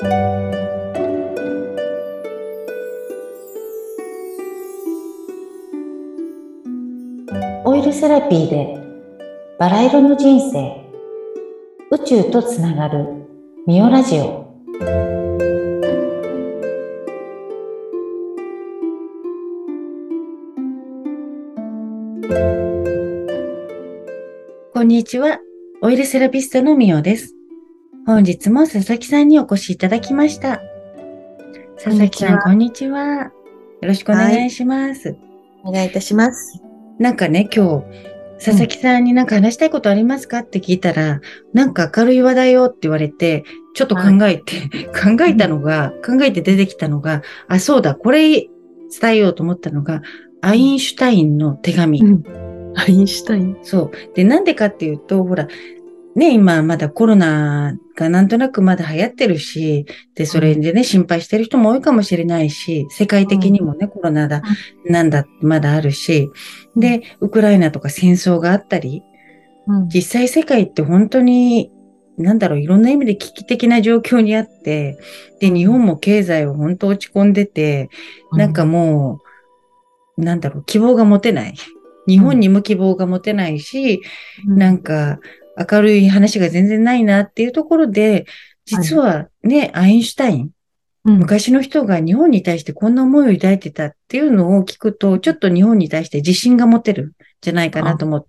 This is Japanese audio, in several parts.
オイルセラピーでバラ色の人生、宇宙とつながるミオラジオ。こんにちは、オイルセラピストのミオです。本日も佐々木さんにお越しいただきました。佐々木さん、こんにちは。よろしくお願いします。 お願いいたします。 なんかね、今日、佐々木さんになんか話したいことありますかって聞いたら、なんか明るい話題よって言われて、ちょっと考えて、考えて出てきたのが、あ、そうだ、これ伝えようと思ったのが、アインシュタインの手紙。 アインシュタイン。 そう。で、なんでかっていうと、ほら、ね、今まだコロナがなんとなくまだ流行ってるし、で、それでね、心配してる人も多いかもしれないし、世界的にもね、コロナだ、なんだ、まだあるし、で、ウクライナとか戦争があったり、実際世界って本当に、なんだろう、いろんな意味で危機的な状況にあって、で、日本も経済を本当落ち込んでて、なんかもう、なんだろう、希望が持てない。日本にも希望が持てないし、なんか明るい話が全然ないなっていうところで、実はね、アインシュタイン、昔の人が日本に対してこんな思いを抱いてたっていうのを聞くと、ちょっと日本に対して自信が持てるんじゃないかなと思って、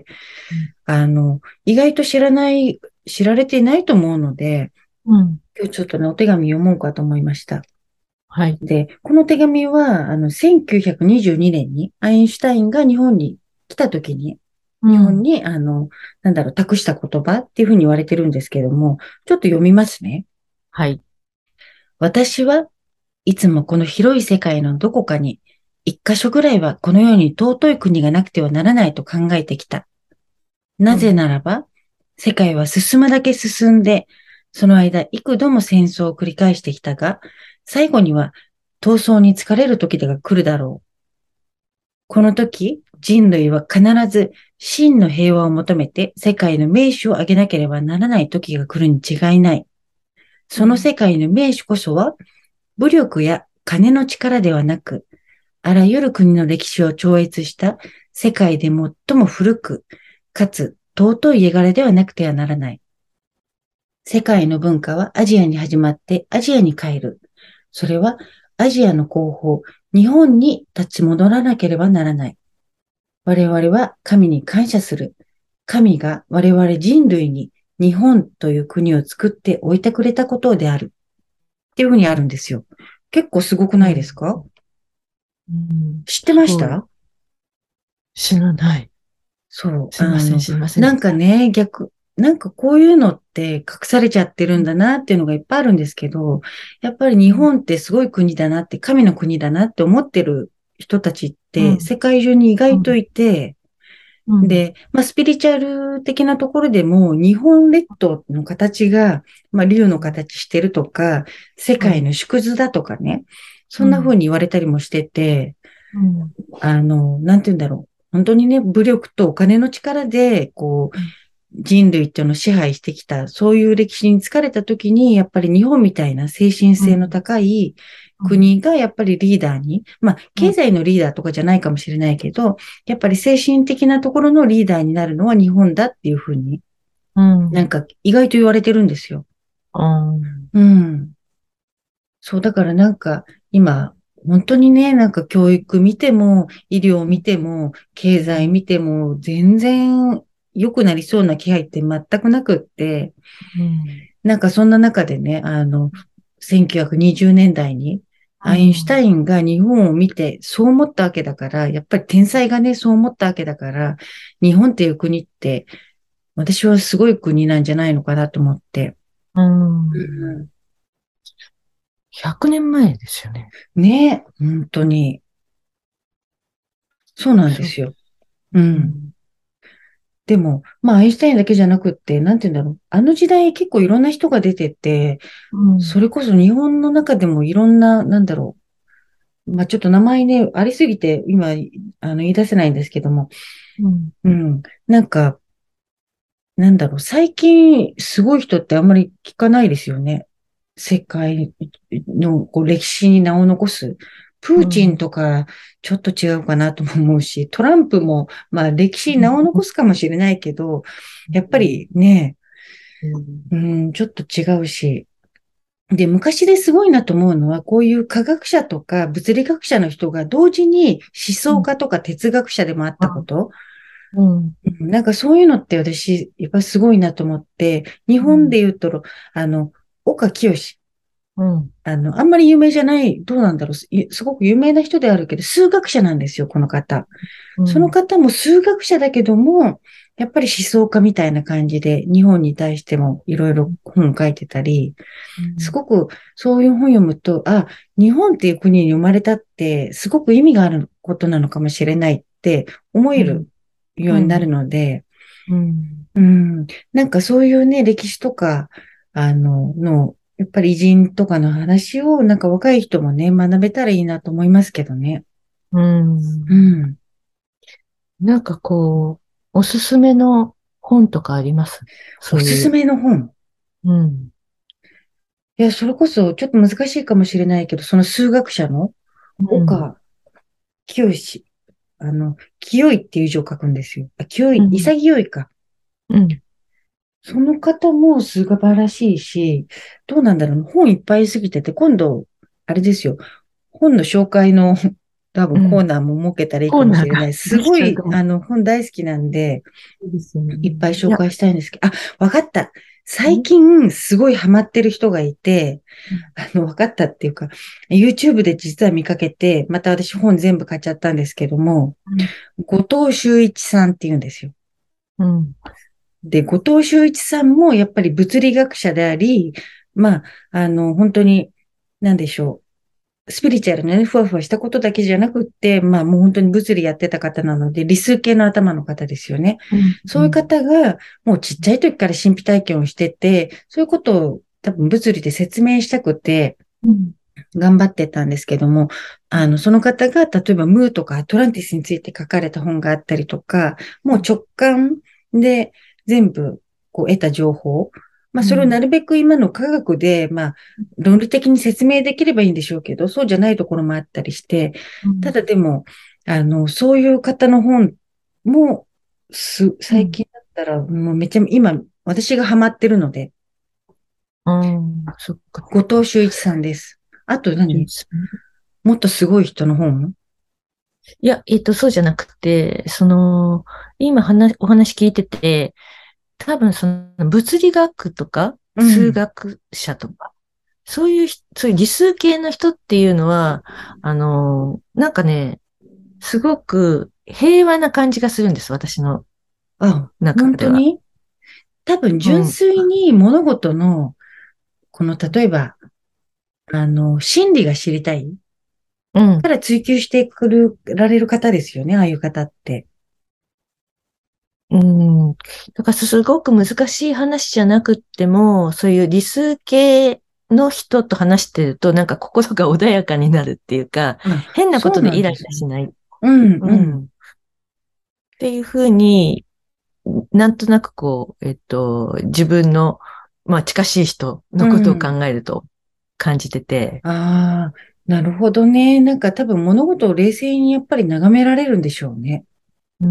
意外と知られていないと思うので、今日ちょっとね、お手紙読もうかと思いました。で、この手紙は、1922年にアインシュタインが日本に来た時に、日本に、託した言葉っていうふうに言われてるんですけども、ちょっと読みますね。私はいつもこの広い世界のどこかに、一箇所ぐらいはこのように尊い国がなくてはならないと考えてきた。なぜならば、世界は進むだけ進んで、その間幾度も戦争を繰り返してきたが、最後には闘争に疲れる時が来るだろう。この時、人類は必ず真の平和を求めて世界の名手を上げなければならない時が来るに違いない。その世界の名手こそは、武力や金の力ではなく、あらゆる国の歴史を超越した世界で最も古く、かつ尊い家柄ではなくてはならない。世界の文化はアジアに始まってアジアに帰る。それはアジアの後方、日本に立ち戻らなければならない。我々は神に感謝する。神が我々人類に日本という国を作っておいてくれたことである。っていうふうにあるんですよ。結構すごくないですか？知ってました？ 知らない。 そう。 すいません、知りませんなんでした。 かね、なんかこういうのって隠されちゃってるんだなっていうのがいっぱいあるんですけど、やっぱり日本ってすごい国だなって、神の国だなって思ってる人たちって世界中に意外といて、で、スピリチュアル的なところでも日本列島の形が、竜の形してるとか、世界の縮図だとかね、そんな風に言われたりもしてて、なんて言うんだろう。本当にね、武力とお金の力で、人類っていうのを支配してきた、そういう歴史に疲れた時に、やっぱり日本みたいな精神性の高い国がやっぱりリーダーに、経済のリーダーとかじゃないかもしれないけど、やっぱり精神的なところのリーダーになるのは日本だっていうふうに、なんか意外と言われてるんですよ。うん。そう、だからなんか今、本当にね、なんか教育見ても、医療見ても、経済見ても、全然良くなりそうな気配って全くなくって、なんかそんな中でね、1920年代に、アインシュタインが日本を見てそう思ったわけだから、やっぱり天才がね、そう思ったわけだから、日本っていう国って、私はすごい国なんじゃないのかなと思って。 100年前ですよね。 ね、本当に。そうなんですよ。うん。でも、アインシュタインだけじゃなくって、なんて言うんだろう。あの時代結構いろんな人が出てて、それこそ日本の中でもいろんな、なんだろう。ちょっと名前ね、ありすぎて、今、言い出せないんですけども。うん。なんか、なんだろう。最近、すごい人ってあんまり聞かないですよね。 世界のこう歴史に名を残す。プーチンとかちょっと違うかなとも思うし、トランプもまあ歴史に名を残すかもしれないけど、やっぱりね、ちょっと違うし。で、昔ですごいなと思うのは、こういう科学者とか物理学者の人が同時に思想家とか哲学者でもあったこと。なんかそういうのって私、やっぱりすごいなと思って、日本で言うと、あの、岡清、あんまり有名じゃない、どうなんだろう、すごく有名な人であるけど、数学者なんですよ、この方。その方も数学者だけども、やっぱり思想家みたいな感じで、日本に対してもいろいろ本を書いてたり、すごくそういう本を読むと、あ、日本っていう国に生まれたって、すごく意味があることなのかもしれないって思えるようになるので、なんかそういうね、歴史とか、やっぱり偉人とかの話を、なんか若い人もね、学べたらいいなと思いますけどね。うん。 なんかこう、おすすめの本とかあります？ おすすそういう。 めの本。 うん。 いや、それこそちょっと難しいかもしれないけど、その数学者のうん。 岡清し、清いっていう字を書くんですよ。清い、 うん。 潔いか。 うん。 その方も素晴らしいし、どうなんだろう。本いっぱいすぎてて、今度、あれですよ。本の紹介の多分コーうん。 ナーも設けたらいいかコーナーがもしれない。 できすごい、 ちゃうかも。 本大好きなんで、 いいですよね。 いっぱいいや、 紹介したいんですけど、あ、わかった。最近、すごいハマってる人がいて、わかったっていうか、YouTube で実は見かけて、また私本全部買っちゃったんですけども、後藤修一さんっていうんですよ。 うん。 で、後藤修一さんもやっぱり物理学者であり、まあ、本当に、なんでしょう。スピリチュアルなね、ふわふわしたことだけじゃなくって、まあもう本当に物理やってた方なので、理数系の頭の方ですよね。 うん。 そういう方が、もうちっちゃい時から神秘体験をしてて、そういうことを多分物理で説明したくて、 うん。 頑張ってたんですけども、その方が、例えばムーとかアトランティスについて書かれた本があったりとか、もう直感で全部こう得た情報、まあそれをなるべく今の科学で、まあ論理的に説明できればいいんでしょうけど、そうじゃないところもあったりして、ただでも、そういう方の本も、最近だったらもうめちゃ、今私がハマってるので、 そっか。 後藤修一さんです。あと何もっとすごい人の本。 いや、そうじゃなくて、今お話聞いてて、多分物理学とか、数うん。 学者とか、そういう理数系の人っていうのは、なんかね、すごく平和な感じがするんです、私のあ、 中では。 本当に多分うん。 純粋に物事の、この、例えば、心理が知りたいうん。 から追求してられる方ですよね、ああいう方って。 うん。だからすごく難しい話じゃなくっても、そういう理数系の人と話してると、なんか心が穏やかになるっていうか、 あ、 変なこそうとでイライなんですね。 ラしない。 うん、うん。 うん。っていうふうに、なんとなく自分の、まあ近しい人うのことをん。 考えると感じてて、 ああ、なるほどね。なんか多分物事を冷静にやっぱり眺められるんでしょうね。 うん。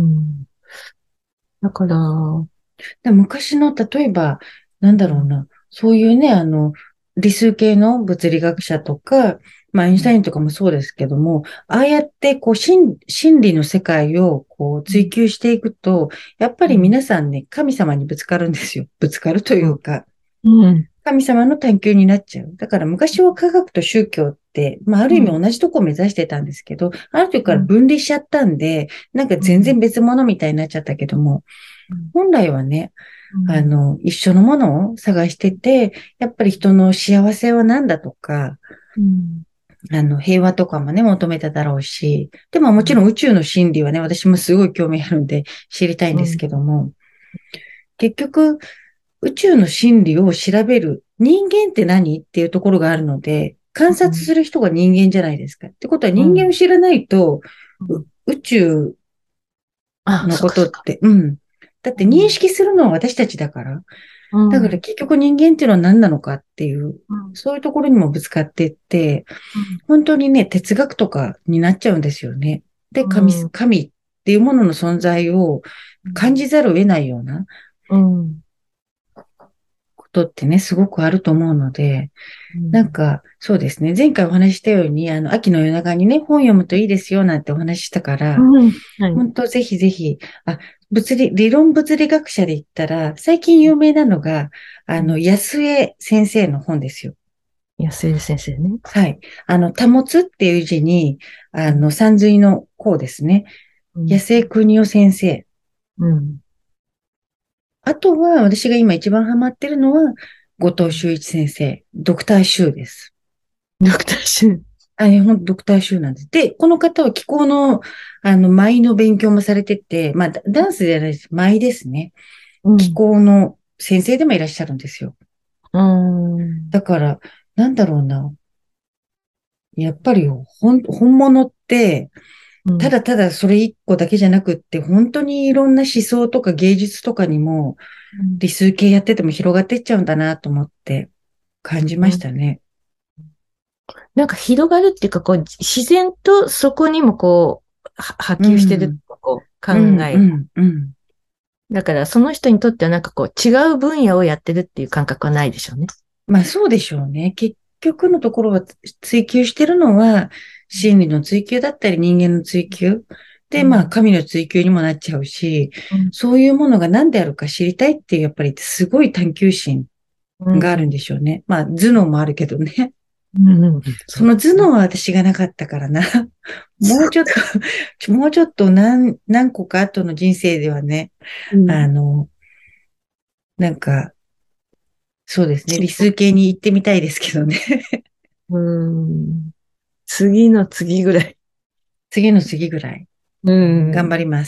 だから、 昔の、例えば、なんだろうな、そういうね、理数系の物理学者とか、まあ、アインシュタインとかもそうですけども、ああやって、こう、心理の世界を、こう、追求していくと、やっぱり皆さんね、神様にぶつかるんですよ。ぶつかるというか、 うん。 神様の探求になっちゃう。だから昔は科学と宗教って、まあある意味同じとこを目指してたんですけど、ある時から分離しちゃったんで、なんか全然別物みたいになっちゃったけども、本来はね、一緒のものを探してて、やっぱり人の幸せは何だとか、平和とかもね、求めただろうし、でももちろん宇宙の真理はね、私もすごい興味あるんで知りたいんですけども、結局、宇宙の真理を調べる人間って何っていうところがあるので、観察する人が人間じゃないですか。ってことは人間を知らないと、宇宙あ、 のそっかそっか。 ことって、だって認識するのは私たちだから。 だから結局人間っていうのは何なのかっていう、そういうところにもぶつかっていって、本当にね、哲学とかになっちゃうんですよね。で、神っていうものの存在を感じざるを得ないようなことってね、すごくあると思うので、なんか、そうですね。前回お話ししたように、秋の夜長にね、本読むといいですよなんてお話ししたから、本当ぜひぜひ、理論物理学者で言ったら、最近有名なのが、安江先生の本ですよ。 安江先生ね。 はい。保つっていう字に、山水の項ですね。安江邦夫先生。あとは、私が今一番ハマってるのは、後藤修一先生、ドクターシューです。 ドクターシュー。 ほんとドクターシューなんです。で、この方は気候の、舞の勉強もされてて、まあ、ダンスじゃないです。舞ですね。気候の先生でもいらっしゃるんですよ。だから、なんだろうな。やっぱり、本物って、ただただそれ一個だけじゃなくって、本当にいろんな思想とか芸術とかにも、理数系やってても広がっていっちゃうんだなと思って感じましたね。 なんか広がるっていうか、こう、自然とそこにもこう、波及してるとこう考える。だからその人にとってはなんかこう、違う分野をやってるっていう感覚はないでしょうね。 まあそうでしょうね。結局のところは追求してるのは、真理の追求だったり人間の追求。で、まあ神の追求にもなっちゃうし、そういうものが何であるか知りたいっていう、やっぱりすごい探求心があるんでしょうね。まあ頭脳もあるけどね。その頭脳は私がなかったからな。もうちょっと、もうちょっと何個か後の人生ではね、なんか、そうですね、理数系に行ってみたいですけどね。 次の次ぐらい。 次の次ぐらい。頑張ります。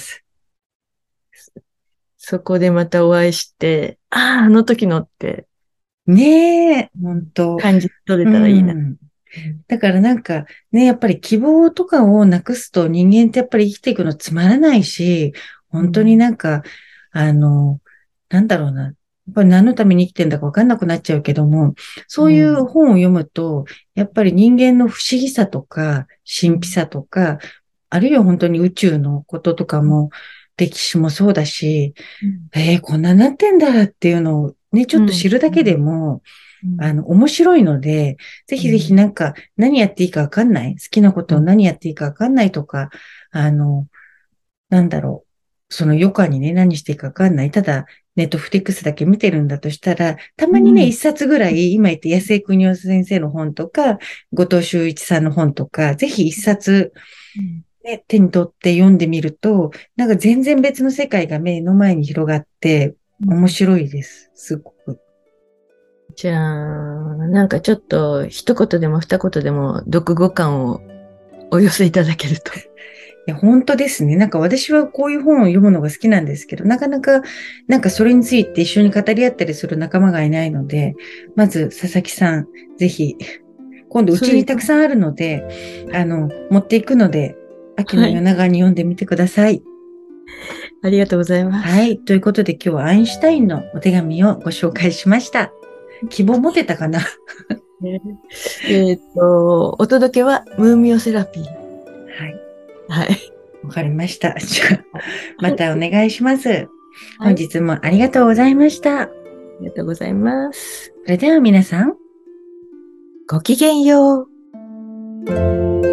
そこでまたお会いして、あの時のって。 ねえ、本当感じ取れたらいいな。 だからなんかね、やっぱり希望とかをなくすと人間ってやっぱり生きていくのつまらないし、本当になんか、なんだろうな。やっぱり何のために生きてんだかわかんなくなっちゃうけども、そういう本を読むと、やっぱり人間の不思議さとか、神秘さとか、あるいは本当に宇宙のこととかも、歴史もそうだし、こんなになってんだっていうのをね、ちょっと知るだけでも、面白いので、ぜひぜひなんか何やっていいかわかんない。好きなことを何やっていいかわかんないとか、なんだろう。その余暇にね、何していいかわかんない。ただ、ネットフリックスだけ見てるんだとしたら、たまにね、一冊ぐらい、今言って安江邦夫先生の本とか、後藤修一さんの本とか、ぜひ一冊、ね、手に取って読んでみると、なんか全然別の世界が目の前に広がって、面白いです。すごく。 じゃあ、なんかちょっと一言でも二言でも読後感をお寄せいただけると。 いや、本当ですね。なんか私はこういう本を読むのが好きなんですけど、なかなか、なんかそれについて一緒に語り合ったりする仲間がいないので、まず佐々木さん、ぜひ、今度うちにたくさんあるので、持っていくので、秋の夜長に読んでみてください。 ありがとうございます。 はい。ということで今日はアインシュタインのお手紙をご紹介しました。希望持てたかなお届けはムーミオセラピー。 はい。わかりました。じゃあ、またお願いします。本日もありがとうございました。 ありがとうございます。 それでは皆さん、 ごきげんよう。